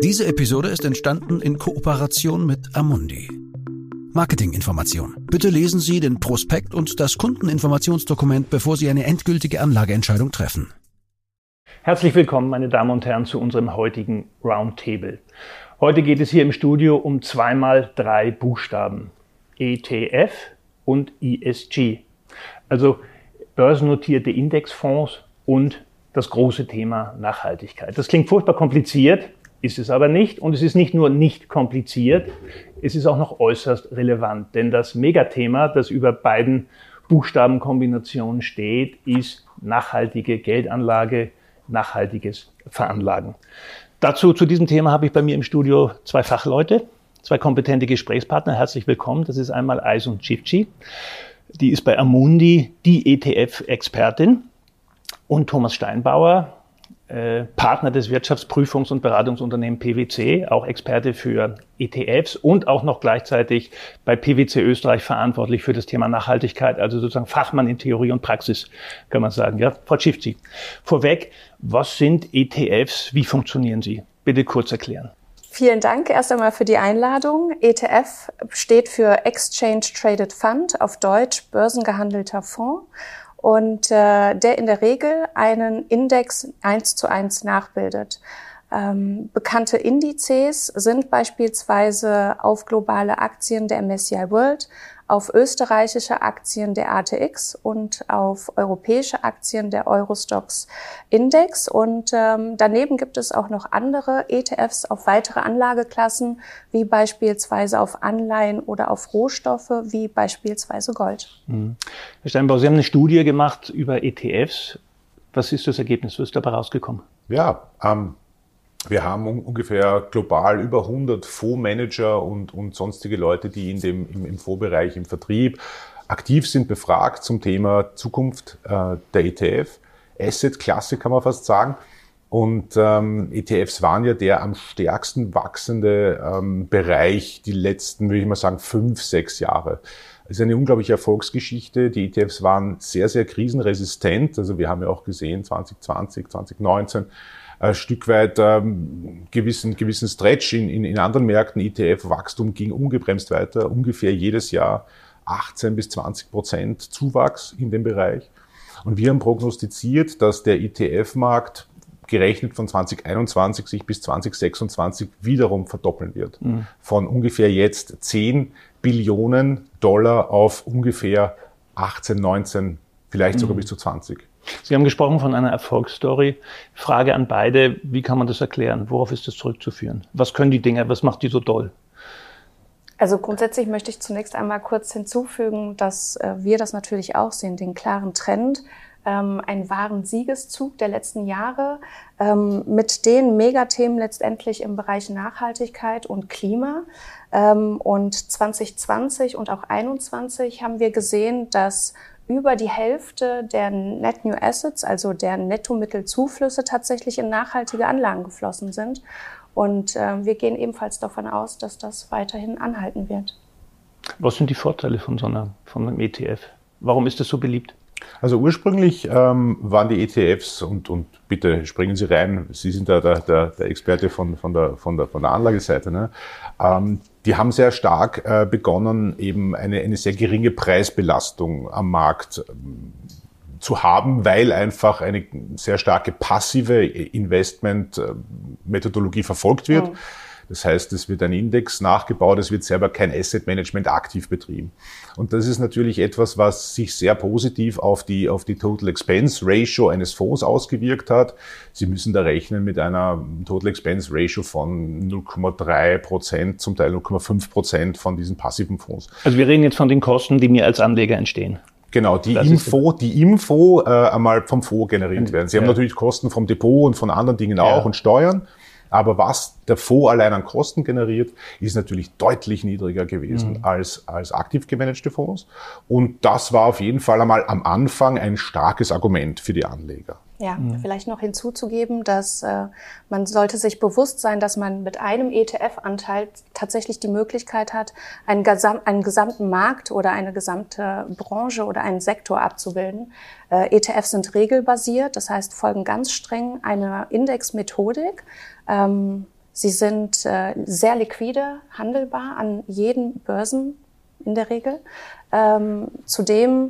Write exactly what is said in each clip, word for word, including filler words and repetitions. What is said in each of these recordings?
Diese Episode ist entstanden in Kooperation mit Amundi. Marketinginformation. Bitte lesen Sie den Prospekt und das Kundeninformationsdokument, bevor Sie eine endgültige Anlageentscheidung treffen. Herzlich willkommen, meine Damen und Herren, zu unserem heutigen Roundtable. Heute geht es hier im Studio um zweimal drei Buchstaben. E T F und E S G. Also börsennotierte Indexfonds und das große Thema Nachhaltigkeit. Das klingt furchtbar kompliziert, ist es aber nicht. Und es ist nicht nur nicht kompliziert, es ist auch noch äußerst relevant. Denn das Megathema, das über beiden Buchstabenkombinationen steht, ist nachhaltige Geldanlage, nachhaltiges Veranlagen. Dazu, zu diesem Thema, habe ich bei mir im Studio zwei Fachleute, zwei kompetente Gesprächspartner. Herzlich willkommen. Das ist einmal Aysun Çiftçi. Die ist bei Amundi die E T F-Expertin. Und Thomas Steinbauer, äh, Partner des Wirtschaftsprüfungs- und Beratungsunternehmens P W C, auch Experte für E T Fs und auch noch gleichzeitig bei P W C Österreich verantwortlich für das Thema Nachhaltigkeit, also sozusagen Fachmann in Theorie und Praxis, kann man sagen. Ja, Frau Çiftçi, vorweg, was sind E T Fs, wie funktionieren sie? Bitte kurz erklären. Vielen Dank erst einmal für die Einladung. E T F steht für Exchange Traded Fund, auf Deutsch börsengehandelter Fonds. Und äh, der in der Regel einen Index eins zu eins nachbildet. Ähm, bekannte Indizes sind beispielsweise auf globale Aktien der M S C I World, auf österreichische Aktien der A T X und auf europäische Aktien der Eurostoxx Index. Und ähm, daneben gibt es auch noch andere E T Fs auf weitere Anlageklassen, wie beispielsweise auf Anleihen oder auf Rohstoffe, wie beispielsweise Gold. Mhm. Herr Steinbauer, Sie haben eine Studie gemacht über E T Fs. Was ist das Ergebnis? Was ist dabei rausgekommen? Ja, ähm wir haben ungefähr global über hundert Fondsmanager und, und sonstige Leute, die in dem, im, im Fondsbereich, im Vertrieb aktiv sind, befragt zum Thema Zukunft äh, der E T F. Asset-Klasse kann man fast sagen. Und ähm, E T Fs waren ja der am stärksten wachsende ähm, Bereich die letzten, würde ich mal sagen, fünf, sechs Jahre. Es ist eine unglaubliche Erfolgsgeschichte. Die E T Fs waren sehr, sehr krisenresistent. Also wir haben ja auch gesehen, zwanzig zwanzig, zwanzig neunzehn, ein Stück weit ähm, gewissen gewissen Stretch in, in, in anderen Märkten. E T F-Wachstum ging ungebremst weiter, ungefähr jedes Jahr achtzehn bis zwanzig Prozent Zuwachs in dem Bereich. Und wir haben prognostiziert, dass der E T F-Markt gerechnet von zwanzig einundzwanzig sich bis zwanzig sechsundzwanzig wiederum verdoppeln wird. Mhm. Von ungefähr jetzt zehn Billionen Dollar auf ungefähr achtzehn, neunzehn, vielleicht sogar mhm. bis zu zwanzig. Sie haben gesprochen von einer Erfolgsstory. Frage an beide, wie kann man das erklären? Worauf ist das zurückzuführen? Was können die Dinge, was macht die so toll? Also grundsätzlich möchte ich zunächst einmal kurz hinzufügen, dass äh, wir das natürlich auch sehen, den klaren Trend, ähm, einen wahren Siegeszug der letzten Jahre ähm, mit den Megathemen letztendlich im Bereich Nachhaltigkeit und Klima. Ähm, und zwanzig zwanzig und auch einundzwanzig haben wir gesehen, dass über die Hälfte der Net New Assets, also der Nettomittelzuflüsse, tatsächlich in nachhaltige Anlagen geflossen sind. Und äh, wir gehen ebenfalls davon aus, dass das weiterhin anhalten wird. Was sind die Vorteile von so einer, von einem E T F? Warum ist das so beliebt? Also ursprünglich ähm, waren die E T Fs, und, und bitte springen Sie rein, Sie sind da der, der, der Experte von, von, der, von, der, von der Anlageseite, ne? ähm, die haben sehr stark äh, begonnen, eben eine, eine sehr geringe Preisbelastung am Markt ähm, zu haben, weil einfach eine sehr starke passive Investment-Methodologie verfolgt wird. Mhm. Das heißt, es wird ein Index nachgebaut, es wird selber kein Asset Management aktiv betrieben. Und das ist natürlich etwas, was sich sehr positiv auf die, auf die Total Expense Ratio eines Fonds ausgewirkt hat. Sie müssen da rechnen mit einer Total Expense Ratio von null Komma drei Prozent, zum Teil null Komma fünf Prozent von diesen passiven Fonds. Also wir reden jetzt von den Kosten, die mir als Anleger entstehen. Genau, die das Info, die Info äh, einmal vom Fonds generiert werden. Sie ja. haben natürlich Kosten vom Depot und von anderen Dingen auch ja. und Steuern. Aber was der Fonds allein an Kosten generiert, ist natürlich deutlich niedriger gewesen mhm. als, als aktiv gemanagte Fonds. Und das war auf jeden Fall einmal am Anfang ein starkes Argument für die Anleger. Ja, mhm. vielleicht noch hinzuzugeben, dass äh, man sollte sich bewusst sein, dass man mit einem E T F-Anteil tatsächlich die Möglichkeit hat, einen, gesam- einen gesamten Markt oder eine gesamte Branche oder einen Sektor abzubilden. Äh, E T Fs sind regelbasiert, das heißt folgen ganz streng einer Indexmethodik. Ähm, Sie sind äh, sehr liquide, handelbar an jeden Börsen in der Regel. Ähm, zudem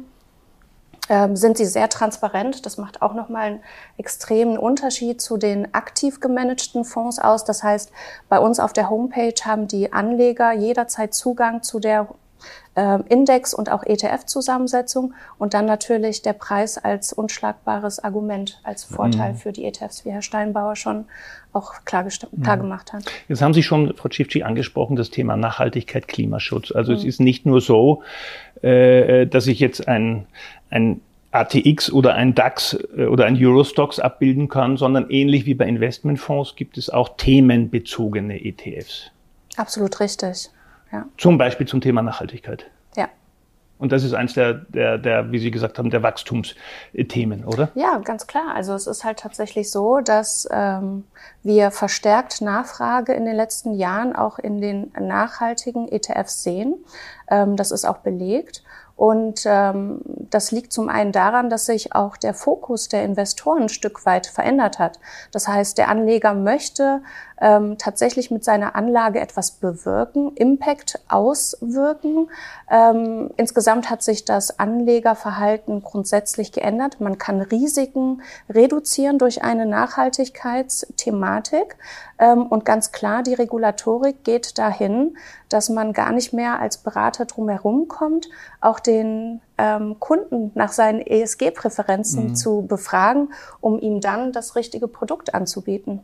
ähm, sind sie sehr transparent. Das macht auch nochmal einen extremen Unterschied zu den aktiv gemanagten Fonds aus. Das heißt, bei uns auf der Homepage haben die Anleger jederzeit Zugang zu der äh, Index- und auch E T F-Zusammensetzung und dann natürlich der Preis als unschlagbares Argument, als Vorteil mhm. für die E T Fs, wie Herr Steinbauer schon auch klar, mhm. klar gemacht hat. Jetzt haben Sie schon, Frau Cifci, angesprochen, das Thema Nachhaltigkeit, Klimaschutz. Also mhm. es ist nicht nur so, äh, dass ich jetzt ein, ein A T X oder ein DAX oder ein Eurostoxx abbilden kann, sondern ähnlich wie bei Investmentfonds gibt es auch themenbezogene E T Fs. Absolut richtig. Ja. Zum Beispiel zum Thema Nachhaltigkeit. Ja. Und das ist eins der, der, der, wie Sie gesagt haben, der Wachstumsthemen, oder? Ja, ganz klar. Also es ist halt tatsächlich so, dass ähm, wir verstärkt Nachfrage in den letzten Jahren auch in den nachhaltigen E T Fs sehen. Ähm, das ist auch belegt. Und ähm, das liegt zum einen daran, dass sich auch der Fokus der Investoren ein Stück weit verändert hat. Das heißt, der Anleger möchte ähm, tatsächlich mit seiner Anlage etwas bewirken, Impact auswirken. Ähm, insgesamt hat sich das Anlegerverhalten grundsätzlich geändert. Man kann Risiken reduzieren durch eine Nachhaltigkeitsthematik. Ähm, und ganz klar, die Regulatorik geht dahin, dass man gar nicht mehr als Berater drumherum kommt, auch den ähm, Kunden nach seinen E S G-Präferenzen mhm. zu befragen, um ihm dann das richtige Produkt anzubieten.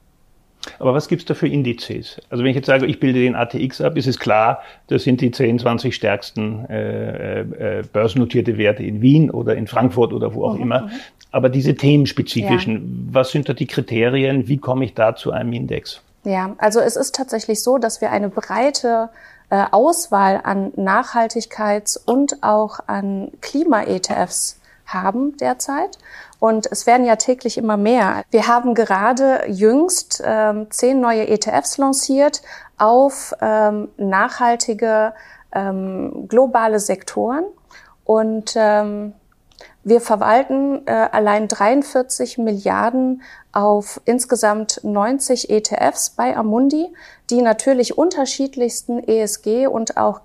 Aber was gibt's da für Indizes? Also wenn ich jetzt sage, ich bilde den A T X ab, ist es klar, das sind die zehn, zwanzig stärksten äh, äh, börsennotierte Werte in Wien oder in Frankfurt oder wo auch mhm. immer. Aber diese themenspezifischen, ja. was sind da die Kriterien? Wie komme ich da zu einem Index? Ja, also es ist tatsächlich so, dass wir eine breite äh, Auswahl an Nachhaltigkeits- und auch an Klima-E T Fs haben derzeit. Und es werden ja täglich immer mehr. Wir haben gerade jüngst ähm, zehn neue E T Fs lanciert auf ähm, nachhaltige ähm, globale Sektoren. Und ähm, wir verwalten äh, allein dreiundvierzig Milliarden auf insgesamt neunzig E T Fs bei Amundi, die natürlich unterschiedlichsten E S G- und auch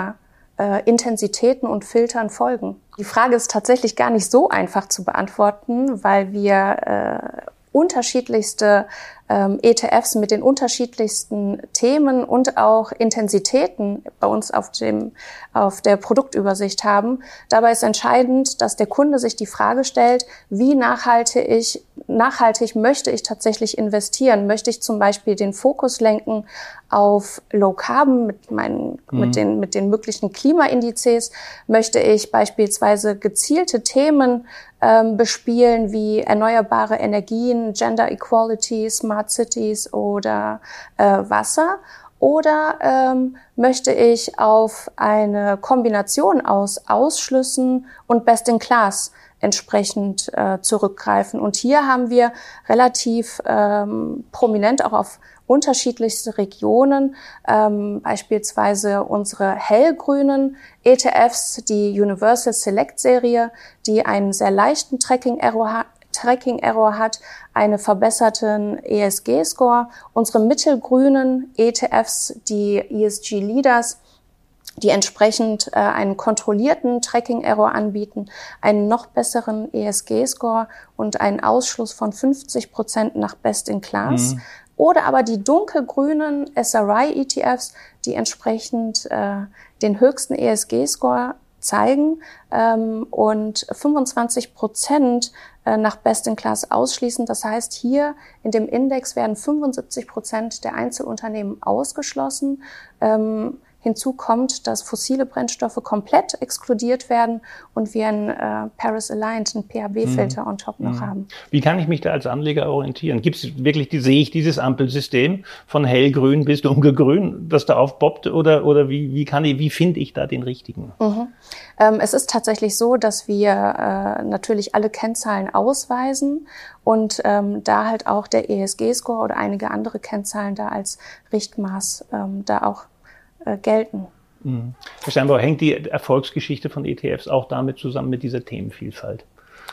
Klimaintensitäten und Filtern folgen. Die Frage ist tatsächlich gar nicht so einfach zu beantworten, weil wir äh, unterschiedlichste ähm, E T Fs mit den unterschiedlichsten Themen und auch Intensitäten bei uns auf dem auf der Produktübersicht haben. Dabei ist entscheidend, dass der Kunde sich die Frage stellt, wie nachhaltig ich nachhaltig möchte ich tatsächlich investieren? Möchte ich zum Beispiel den Fokus lenken auf Low Carbon mit meinen mhm. mit den mit den möglichen Klimaindizes? Möchte ich beispielsweise gezielte Themen ähm, bespielen wie erneuerbare Energien, Gender Equality, Smart Cities oder äh, Wasser? Oder ähm, möchte ich auf eine Kombination aus Ausschlüssen und Best in Class entsprechend äh, zurückgreifen? Und hier haben wir relativ ähm, prominent auch auf unterschiedlichste Regionen, ähm, beispielsweise unsere hellgrünen E T Fs, die Universal Select Serie, die einen sehr leichten Tracking-Error hat, Tracking Error hat, einen verbesserten E S G-Score. Unsere mittelgrünen E T Fs, die E S G Leaders, die entsprechend äh, einen kontrollierten Tracking Error anbieten, einen noch besseren E S G-Score und einen Ausschluss von fünfzig Prozent nach Best in Class. Mhm. Oder aber die dunkelgrünen S R I-E T Fs, die entsprechend äh, den höchsten E S G-Score zeigen ähm, und fünfundzwanzig Prozent äh, nach Best in Class ausschließen. Das heißt, hier in dem Index werden fünfundsiebzig Prozent der Einzelunternehmen ausgeschlossen. Ähm, Hinzu kommt, dass fossile Brennstoffe komplett exkludiert werden und wir einen äh, Paris-Aligned, einen P H B-Filter mhm. on top noch mhm. haben. Wie kann ich mich da als Anleger orientieren? Gibt es wirklich, die, sehe ich dieses Ampelsystem von hellgrün bis dunkelgrün, das da aufpoppt? Oder, oder wie, wie kann ich, wie finde ich da den richtigen? Mhm. Ähm, es ist tatsächlich so, dass wir äh, natürlich alle Kennzahlen ausweisen und ähm, da halt auch der E S G-Score oder einige andere Kennzahlen da als Richtmaß ähm, da auch gelten. Mhm. Herr Steinbauer, hängt die Erfolgsgeschichte von E T Fs auch damit zusammen mit dieser Themenvielfalt?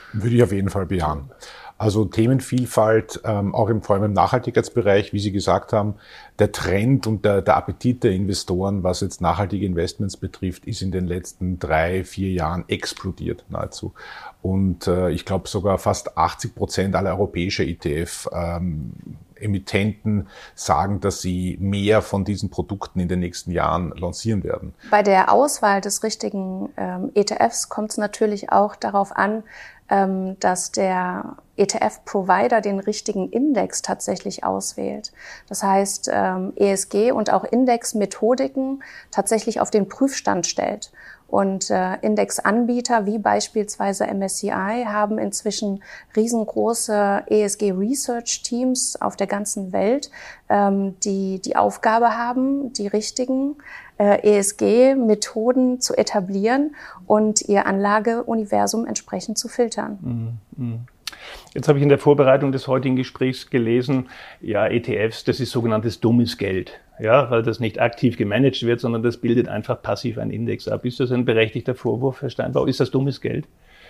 Würde ich auf jeden Fall bejahen. Also Themenvielfalt, ähm, auch im, vor allem im Nachhaltigkeitsbereich, wie Sie gesagt haben, der Trend und der, der Appetit der Investoren, was jetzt nachhaltige Investments betrifft, ist in den letzten drei, vier Jahren explodiert nahezu. Und äh, ich glaube sogar fast achtzig Prozent aller europäischer E T F ähm, Emittenten sagen, dass sie mehr von diesen Produkten in den nächsten Jahren lancieren werden. Bei der Auswahl des richtigen ähm, E T Fs kommt es natürlich auch darauf an, ähm, dass der E T F-Provider den richtigen Index tatsächlich auswählt. Das heißt, ähm, E S G und auch Indexmethodiken tatsächlich auf den Prüfstand stellt. Und äh, Indexanbieter wie beispielsweise M S C I haben inzwischen riesengroße E S G-Research-Teams auf der ganzen Welt, ähm, die die Aufgabe haben, die richtigen äh, E S G-Methoden zu etablieren und ihr Anlageuniversum entsprechend zu filtern. Mhm. Jetzt habe ich in der Vorbereitung des heutigen Gesprächs gelesen, ja, E T Fs, das ist sogenanntes dummes Geld. Ja, weil das nicht aktiv gemanagt wird, sondern das bildet einfach passiv einen Index ab. Ist das ein berechtigter Vorwurf, Herr Steinbauer? Ist das dummes Geld?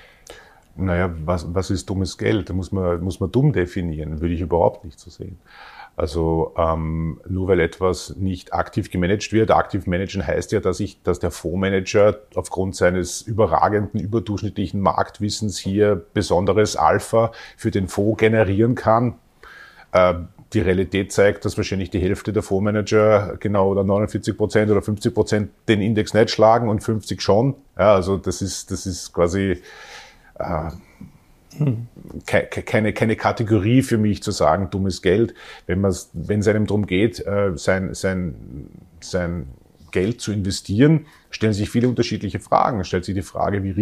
Naja, was, was ist dummes Geld? Da muss man, muss man dumm definieren, würde ich überhaupt nicht so sehen. Also ähm, nur weil etwas nicht aktiv gemanagt wird, aktiv managen heißt ja, dass ich, dass der Fondsmanager aufgrund seines überragenden, überdurchschnittlichen Marktwissens hier besonderes Alpha für den Fonds generieren kann. Äh, die Realität zeigt, dass wahrscheinlich die Hälfte der Fondsmanager genau oder neunundvierzig Prozent oder fünfzig Prozent den Index nicht schlagen und fünfzig schon. Ja, also das ist, das ist quasi äh, Hm. Keine, keine Kategorie für mich zu sagen, dummes Geld. Wenn man, wenn es einem darum geht, sein, sein, sein Geld zu investieren, stellen sich viele unterschiedliche Fragen. Stellt sich die Frage, wie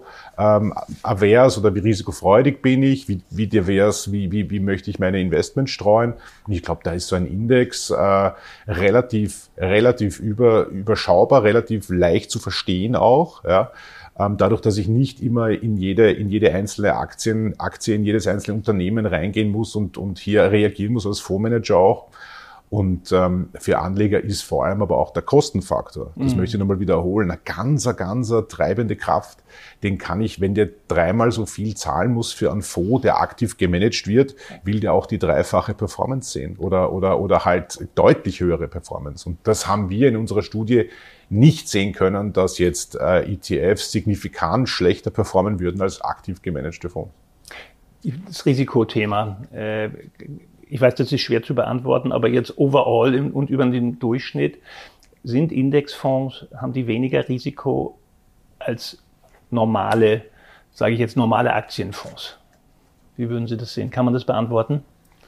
risikoavers oder wie risikofreudig bin ich, wie, wie divers, wie, wie, wie möchte ich meine Investments streuen. Und ich glaube, da ist so ein Index äh, relativ, relativ über, überschaubar, relativ leicht zu verstehen auch, ja. Dadurch, dass ich nicht immer in jede, in jede einzelne Aktien, Aktie, in jedes einzelne Unternehmen reingehen muss und, und hier reagieren muss als Fondsmanager auch. Und ähm, für Anleger ist vor allem aber auch der Kostenfaktor, das mhm. möchte ich nochmal wiederholen, eine ganz, ganz treibende Kraft. Den kann ich, wenn der dreimal so viel zahlen muss für einen Fonds, der aktiv gemanagt wird, will der auch die dreifache Performance sehen oder, oder, oder halt deutlich höhere Performance. Und das haben wir in unserer Studie nicht sehen können, dass jetzt äh, E T Fs signifikant schlechter performen würden als aktiv gemanagte Fonds. Das Risikothema. Äh, ich weiß, das ist schwer zu beantworten, aber jetzt overall im, und über den Durchschnitt sind Indexfonds, haben die weniger Risiko als normale, sage ich jetzt, normale Aktienfonds. Wie würden Sie das sehen? Kann man das beantworten?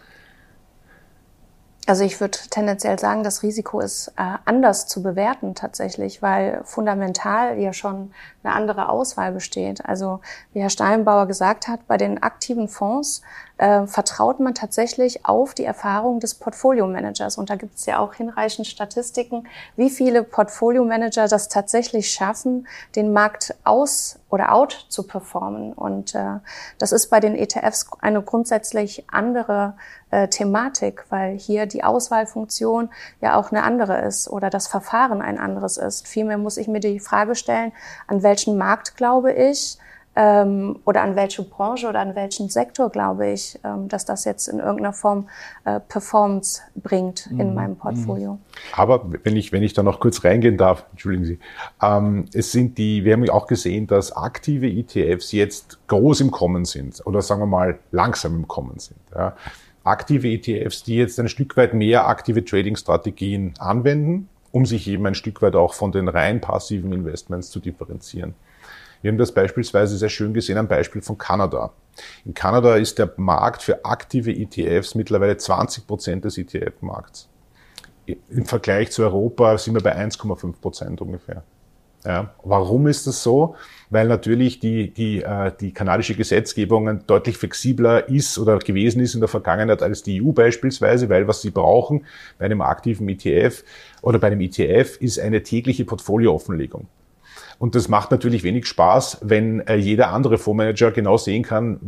Also ich würde tendenziell sagen, das Risiko ist äh, anders zu bewerten tatsächlich, weil fundamental ja schon eine andere Auswahl besteht. Also wie Herr Steinbauer gesagt hat, bei den aktiven Fonds äh, vertraut man tatsächlich auf die Erfahrung des Portfolio-Managers. Und da gibt es ja auch hinreichend Statistiken, wie viele Portfolio-Manager das tatsächlich schaffen, den Markt aus oder out zu performen. Und äh, das ist bei den E T Fs eine grundsätzlich andere äh, Thematik, weil hier die Auswahlfunktion ja auch eine andere ist oder das Verfahren ein anderes ist. Vielmehr muss ich mir die Frage stellen, an welchen Markt glaube ich ähm, oder an welche Branche oder an welchen Sektor glaube ich, ähm, dass das jetzt in irgendeiner Form äh, Performance bringt in mhm. meinem Portfolio. Aber wenn ich, wenn ich da noch kurz reingehen darf, entschuldigen Sie, ähm, es sind die, wir haben ja auch gesehen, dass aktive E T Fs jetzt groß im Kommen sind oder sagen wir mal langsam im Kommen sind. Ja. Aktive E T Fs, die jetzt ein Stück weit mehr aktive Trading-Strategien anwenden, um sich eben ein Stück weit auch von den rein passiven Investments zu differenzieren. Wir haben das beispielsweise sehr schön gesehen am Beispiel von Kanada. In Kanada ist der Markt für aktive E T Fs mittlerweile zwanzig Prozent des E T F-Markts. Im Vergleich zu Europa sind wir bei eins Komma fünf Prozent ungefähr. Ja, warum ist das so? Weil natürlich die, die, äh, die kanadische Gesetzgebung deutlich flexibler ist oder gewesen ist in der Vergangenheit als die E U beispielsweise, weil was sie brauchen bei einem aktiven E T F oder bei einem E T F ist eine tägliche Portfoliooffenlegung. Und das macht natürlich wenig Spaß, wenn äh, jeder andere Fondsmanager genau sehen kann,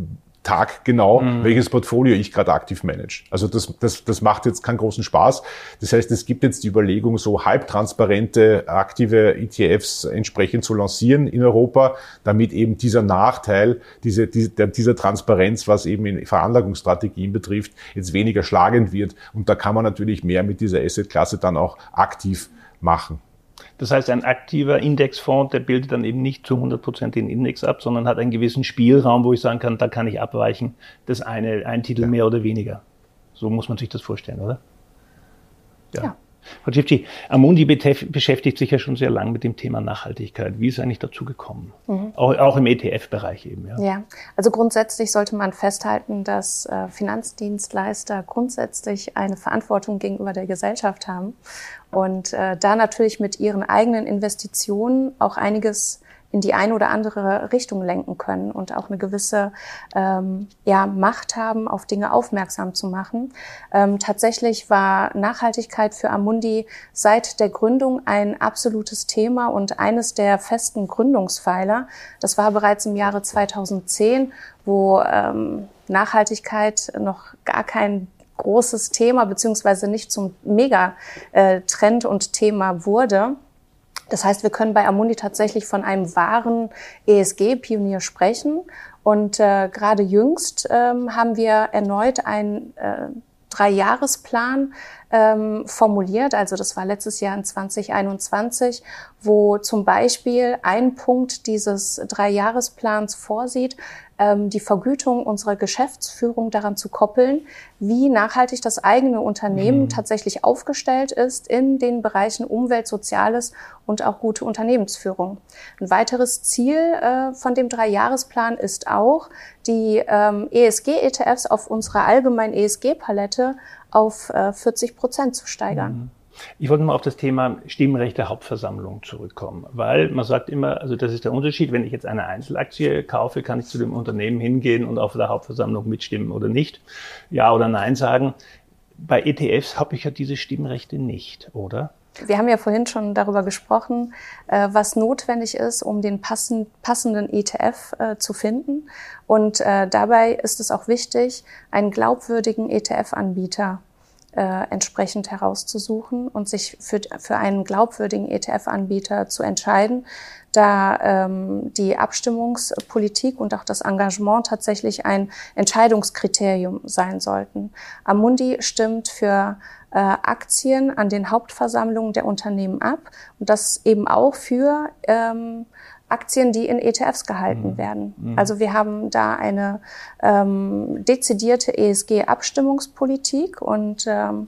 taggenau, Mhm. welches Portfolio ich gerade aktiv manage. Also das, das, das macht jetzt keinen großen Spaß. Das heißt, es gibt jetzt die Überlegung, so halbtransparente, aktive E T Fs entsprechend zu lancieren in Europa, damit eben dieser Nachteil, diese, diese, dieser Transparenz, was eben in Veranlagungsstrategien betrifft, jetzt weniger schlagend wird. Und da kann man natürlich mehr mit dieser Assetklasse dann auch aktiv machen. Das heißt, ein aktiver Indexfonds, der bildet dann eben nicht zu hundert Prozent den Index ab, sondern hat einen gewissen Spielraum, wo ich sagen kann, da kann ich abweichen, das eine, ein Titel ja. mehr oder weniger. So muss man sich das vorstellen, oder? Ja. ja. Frau Cifci, Amundi beschäftigt sich ja schon sehr lange mit dem Thema Nachhaltigkeit. Wie ist eigentlich dazu gekommen? Mhm. Auch, auch im E T F-Bereich eben. Ja. ja, also grundsätzlich sollte man festhalten, dass äh, Finanzdienstleister grundsätzlich eine Verantwortung gegenüber der Gesellschaft haben und äh, da natürlich mit ihren eigenen Investitionen auch einiges in die eine oder andere Richtung lenken können und auch eine gewisse ähm, ja, Macht haben, auf Dinge aufmerksam zu machen. Ähm, tatsächlich war Nachhaltigkeit für Amundi seit der Gründung ein absolutes Thema und eines der festen Gründungspfeiler. Das war bereits im Jahre zweitausendzehn, wo ähm, Nachhaltigkeit noch gar kein großes Thema beziehungsweise nicht zum Megatrend und Thema wurde. Das heißt, wir können bei Amundi tatsächlich von einem wahren E S G-Pionier sprechen. Und äh, gerade jüngst ähm, haben wir erneut einen äh, Dreijahresplan ähm, formuliert. Also das war letztes Jahr in zwanzig einundzwanzig, wo zum Beispiel ein Punkt dieses Dreijahresplans vorsieht, ähm, die Vergütung unserer Geschäftsführung daran zu koppeln, wie nachhaltig das eigene Unternehmen mhm. tatsächlich aufgestellt ist in den Bereichen Umwelt, Soziales und auch gute Unternehmensführung. Ein weiteres Ziel äh, von dem Dreijahresplan ist auch, die ähm, E S G-E T Fs auf unserer allgemeinen E S G-Palette auf äh, vierzig Prozent zu steigern. Mhm. Ich wollte mal auf das Thema Stimmrecht der Hauptversammlung zurückkommen, weil man sagt immer, also das ist der Unterschied, wenn ich jetzt eine Einzelaktie kaufe, kann ich zu dem Unternehmen hingehen und auf der Hauptversammlung mitstimmen oder nicht, ja oder nein sagen. Bei E T Fs habe ich ja diese Stimmrechte nicht, oder? Wir haben ja vorhin schon darüber gesprochen, was notwendig ist, um den passenden E T F zu finden. Und dabei ist es auch wichtig, einen glaubwürdigen E T F-Anbieter entsprechend herauszusuchen und sich für, für einen glaubwürdigen E T F-Anbieter zu entscheiden, da ähm, die Abstimmungspolitik und auch das Engagement tatsächlich ein Entscheidungskriterium sein sollten. Amundi stimmt für äh, Aktien an den Hauptversammlungen der Unternehmen ab und das eben auch für ähm, Aktien, die in E T Fs gehalten mhm. werden. Mhm. Also wir haben da eine ähm, dezidierte E S G-Abstimmungspolitik und ähm,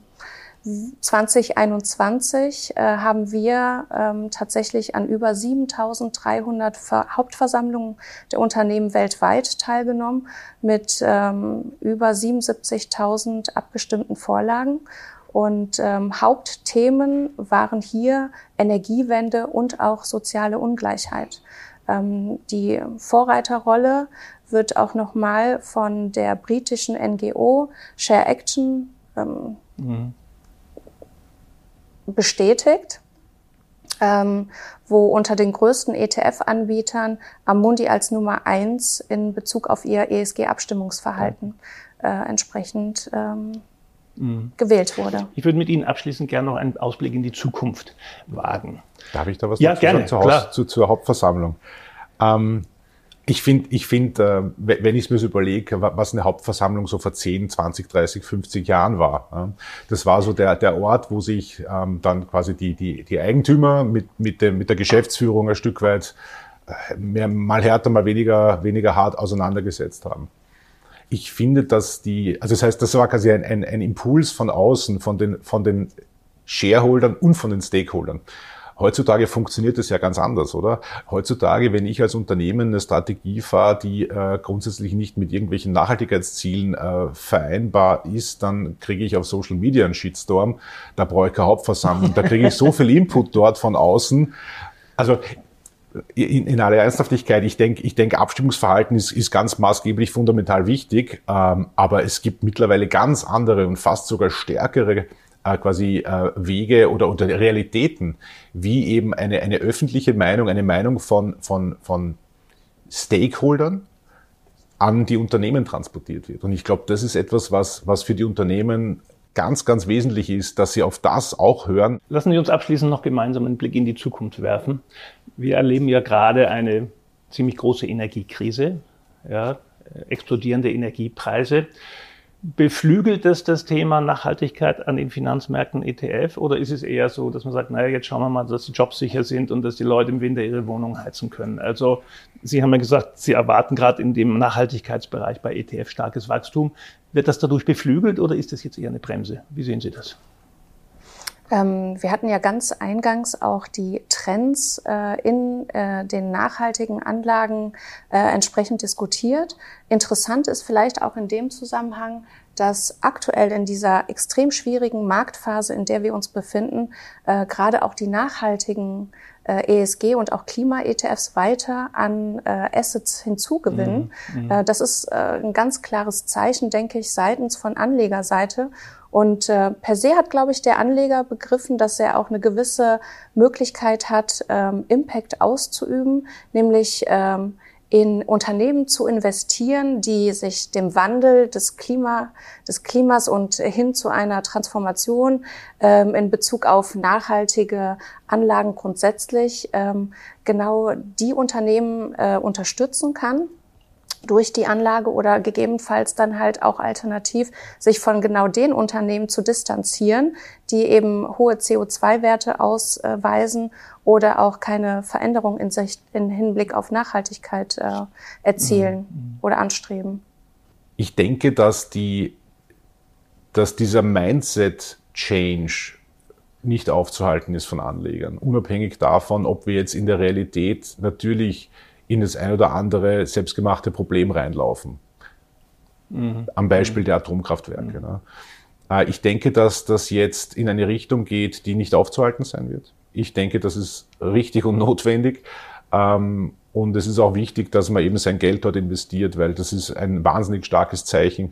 zwanzig einundzwanzig äh, haben wir ähm, tatsächlich an über siebentausenddreihundert Ver- Hauptversammlungen der Unternehmen weltweit teilgenommen mit ähm, über siebenundsiebzigtausend abgestimmten Vorlagen. Und ähm, Hauptthemen waren hier Energiewende und auch soziale Ungleichheit. Ähm, die Vorreiterrolle wird auch nochmal von der britischen N G O Share Action ähm, mhm. bestätigt, ähm, wo unter den größten E T F-Anbietern Amundi als Nummer eins in Bezug auf ihr E S G-Abstimmungsverhalten äh, entsprechend ähm, mhm. gewählt wurde. Ich würde mit Ihnen abschließend gerne noch einen Ausblick in die Zukunft wagen. Darf ich da was ja, dazu gerne, sagen zur, Haus, zu, zur Hauptversammlung? Ähm, Ich finde, ich find, äh, wenn ich es mir so überlege, was eine Hauptversammlung so vor zehn, zwanzig, dreißig, fünfzig Jahren war. Ja, das war so der, der Ort, wo sich ähm, dann quasi die, die, die Eigentümer mit, mit, dem, mit der Geschäftsführung ein Stück weit äh, mehr, mal härter, mal weniger, weniger hart auseinandergesetzt haben. Ich finde, dass die, also das heißt, das war quasi ein, ein, ein Impuls von außen, von den, von den Shareholdern und von den Stakeholdern. Heutzutage funktioniert das ja ganz anders, oder? Heutzutage, wenn ich als Unternehmen eine Strategie fahre, die äh, grundsätzlich nicht mit irgendwelchen Nachhaltigkeitszielen äh, vereinbar ist, dann kriege ich auf Social Media einen Shitstorm. Da brauche ich keine Hauptversammlung. Da kriege ich so viel Input dort von außen. Also in, in aller Ernsthaftigkeit, ich denke, ich denke, Abstimmungsverhalten ist, ist ganz maßgeblich fundamental wichtig. Ähm, aber es gibt mittlerweile ganz andere und fast sogar stärkere quasi äh, Wege oder, oder Realitäten, wie eben eine, eine öffentliche Meinung, eine Meinung von, von, von Stakeholdern an die Unternehmen transportiert wird. Und ich glaube, das ist etwas, was, was für die Unternehmen ganz, ganz wesentlich ist, dass sie auf das auch hören. Lassen Sie uns abschließend noch gemeinsam einen Blick in die Zukunft werfen. Wir erleben ja gerade eine ziemlich große Energiekrise, ja, explodierende Energiepreise. Beflügelt das das Thema Nachhaltigkeit an den Finanzmärkten E T F oder ist es eher so, dass man sagt, naja, jetzt schauen wir mal, dass die Jobs sicher sind und dass die Leute im Winter ihre Wohnung heizen können? Also Sie haben ja gesagt, Sie erwarten gerade in dem Nachhaltigkeitsbereich bei E T F starkes Wachstum. Wird das dadurch beflügelt oder ist das jetzt eher eine Bremse? Wie sehen Sie das? Ähm, wir hatten ja ganz eingangs auch die Trends äh, in äh, den nachhaltigen Anlagen äh, entsprechend diskutiert. Interessant ist vielleicht auch in dem Zusammenhang, dass aktuell in dieser extrem schwierigen Marktphase, in der wir uns befinden, äh, gerade auch die nachhaltigen äh, E S G und auch Klima-E T Fs weiter an äh, Assets hinzugewinnen. Mhm. Äh, das ist äh, ein ganz klares Zeichen, denke ich, seitens von Anlegerseite. Und äh, per se hat, glaube ich, der Anleger begriffen, dass er auch eine gewisse Möglichkeit hat, ähm, Impact auszuüben, nämlich ähm, in Unternehmen zu investieren, die sich dem Wandel des Klima, des Klimas und hin zu einer Transformation ähm, in Bezug auf nachhaltige Anlagen grundsätzlich ähm, genau die Unternehmen äh, unterstützen kann durch die Anlage oder gegebenenfalls dann halt auch alternativ sich von genau den Unternehmen zu distanzieren, die eben hohe C O zwei Werte ausweisen oder auch keine Veränderung in sich in Hinblick auf Nachhaltigkeit äh, erzielen mhm. oder anstreben. Ich denke, dass die, dass dieser Mindset-Change nicht aufzuhalten ist von Anlegern, unabhängig davon, ob wir jetzt in der Realität natürlich in das ein oder andere selbstgemachte Problem reinlaufen. Mhm. Am Beispiel der Atomkraftwerke. Mhm. Ne? Ich denke, dass das jetzt in eine Richtung geht, die nicht aufzuhalten sein wird. Ich denke, das ist richtig und notwendig. Und es ist auch wichtig, dass man eben sein Geld dort investiert, weil das ist ein wahnsinnig starkes Zeichen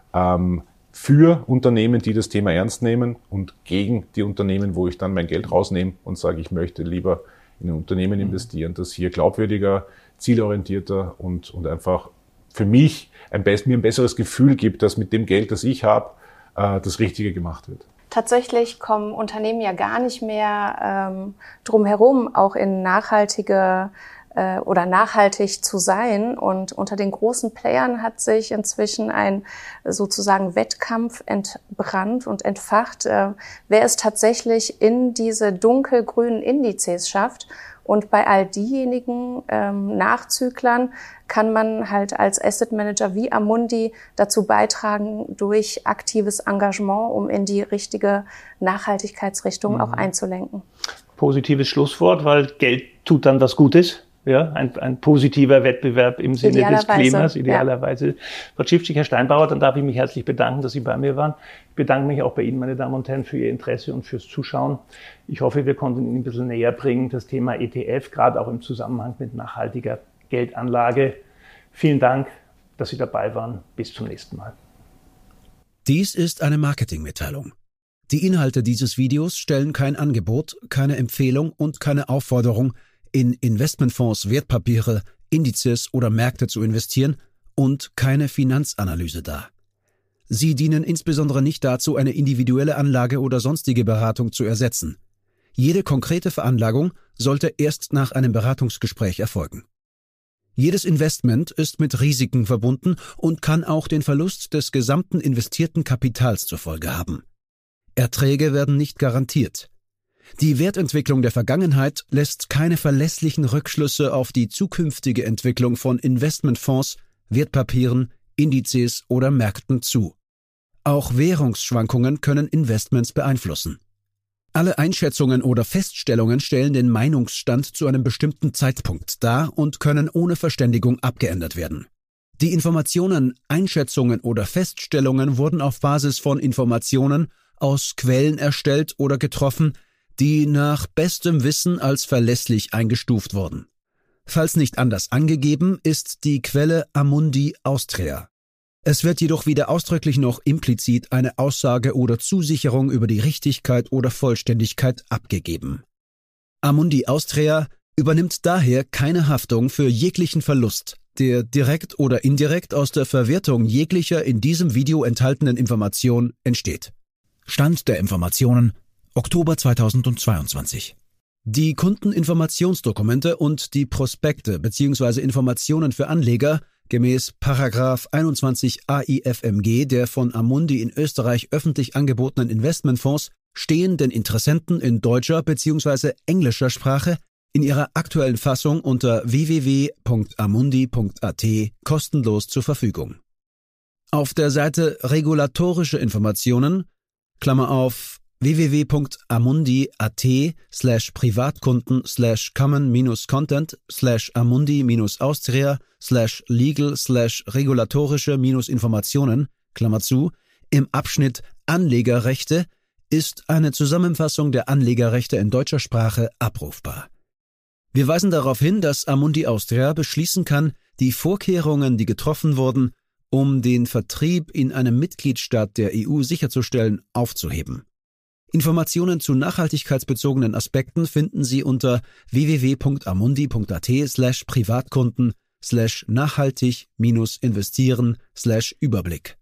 für Unternehmen, die das Thema ernst nehmen und gegen die Unternehmen, wo ich dann mein Geld rausnehme und sage, ich möchte lieber in ein Unternehmen investieren, das hier glaubwürdiger, zielorientierter und, und einfach für mich ein, mir ein besseres Gefühl gibt, dass mit dem Geld, das ich habe, äh, das Richtige gemacht wird. Tatsächlich kommen Unternehmen ja gar nicht mehr ähm, drum herum, auch in nachhaltige äh, oder nachhaltig zu sein. Und unter den großen Playern hat sich inzwischen ein sozusagen Wettkampf entbrannt und entfacht, äh, wer es tatsächlich in diese dunkelgrünen Indizes schafft. Und bei all diejenigen ähm, Nachzüglern kann man halt als Asset Manager wie Amundi dazu beitragen, durch aktives Engagement, um in die richtige Nachhaltigkeitsrichtung mhm. auch einzulenken. Positives Schlusswort, weil Geld tut dann was Gutes. Ja, ein, ein positiver Wettbewerb im Sinne des Klimas, idealerweise. Ja. Frau Schiffczyk, Herr Steinbauer, dann darf ich mich herzlich bedanken, dass Sie bei mir waren. Ich bedanke mich auch bei Ihnen, meine Damen und Herren, für Ihr Interesse und fürs Zuschauen. Ich hoffe, wir konnten Ihnen ein bisschen näher bringen, das Thema E T F, gerade auch im Zusammenhang mit nachhaltiger Geldanlage. Vielen Dank, dass Sie dabei waren. Bis zum nächsten Mal. Dies ist eine Marketingmitteilung. Die Inhalte dieses Videos stellen kein Angebot, keine Empfehlung und keine Aufforderung, in Investmentfonds, Wertpapiere, Indizes oder Märkte zu investieren und keine Finanzanalyse dar. Sie dienen insbesondere nicht dazu, eine individuelle Anlage oder sonstige Beratung zu ersetzen. Jede konkrete Veranlagung sollte erst nach einem Beratungsgespräch erfolgen. Jedes Investment ist mit Risiken verbunden und kann auch den Verlust des gesamten investierten Kapitals zur Folge haben. Erträge werden nicht garantiert. Die Wertentwicklung der Vergangenheit lässt keine verlässlichen Rückschlüsse auf die zukünftige Entwicklung von Investmentfonds, Wertpapieren, Indizes oder Märkten zu. Auch Währungsschwankungen können Investments beeinflussen. Alle Einschätzungen oder Feststellungen stellen den Meinungsstand zu einem bestimmten Zeitpunkt dar und können ohne Verständigung abgeändert werden. Die Informationen, Einschätzungen oder Feststellungen wurden auf Basis von Informationen aus Quellen erstellt oder getroffen, die nach bestem Wissen als verlässlich eingestuft wurden. Falls nicht anders angegeben, ist die Quelle Amundi Austria. Es wird jedoch weder ausdrücklich noch implizit eine Aussage oder Zusicherung über die Richtigkeit oder Vollständigkeit abgegeben. Amundi Austria übernimmt daher keine Haftung für jeglichen Verlust, der direkt oder indirekt aus der Verwertung jeglicher in diesem Video enthaltenen Information entsteht. Stand der Informationen Oktober zweitausendzweiundzwanzig. Die Kundeninformationsdokumente und die Prospekte bzw. Informationen für Anleger gemäß Paragraph einundzwanzig A I F M G der von Amundi in Österreich öffentlich angebotenen Investmentfonds stehen den Interessenten in deutscher bzw. englischer Sprache in ihrer aktuellen Fassung unter w w w punkt amundi punkt a t kostenlos zur Verfügung. Auf der Seite Regulatorische Informationen, Klammer auf, w w w punkt amundi punkt a t slash privatkunden slash common minus content slash amundi minus austria slash legal slash regulatorische minus Informationen, Klammer zu, im Abschnitt Anlegerrechte ist eine Zusammenfassung der Anlegerrechte in deutscher Sprache abrufbar. Wir weisen darauf hin, dass Amundi Austria beschließen kann, die Vorkehrungen, die getroffen wurden, um den Vertrieb in einem Mitgliedstaat der E U sicherzustellen, aufzuheben. Informationen zu nachhaltigkeitsbezogenen Aspekten finden Sie unter w w w punkt amundi punkt a t slash privatkunden slash nachhaltig minus investieren slash Überblick.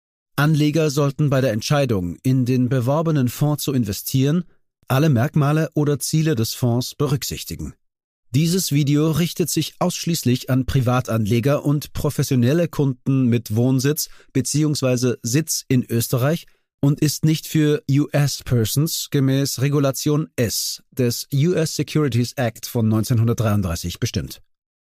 Anleger sollten bei der Entscheidung, in den beworbenen Fonds zu investieren, alle Merkmale oder Ziele des Fonds berücksichtigen. Dieses Video richtet sich ausschließlich an Privatanleger und professionelle Kunden mit Wohnsitz bzw. Sitz in Österreich und ist nicht für U S-Persons gemäß Regulation S des U S Securities Act von neunzehnhundertdreiunddreißig bestimmt.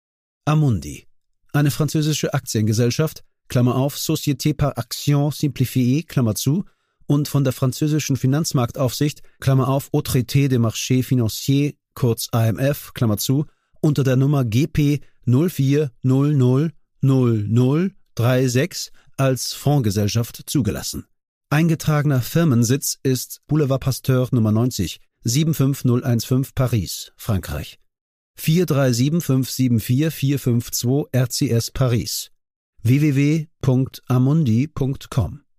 Amundi, eine französische Aktiengesellschaft, Klammer auf, Société par Action Simplifiée, Klammer zu, und von der französischen Finanzmarktaufsicht, Klammer auf, Autorité des Marchés Financiers, kurz A M F, Klammer zu, unter der Nummer G P null vier null null null null drei sechs als Fondsgesellschaft zugelassen. Eingetragener Firmensitz ist Boulevard Pasteur Nummer neunzig, sieben fünf null eins fünf Paris, Frankreich. vier drei sieben fünf sieben vier vier fünf zwei R C S Paris. w w w punkt amundi punkt com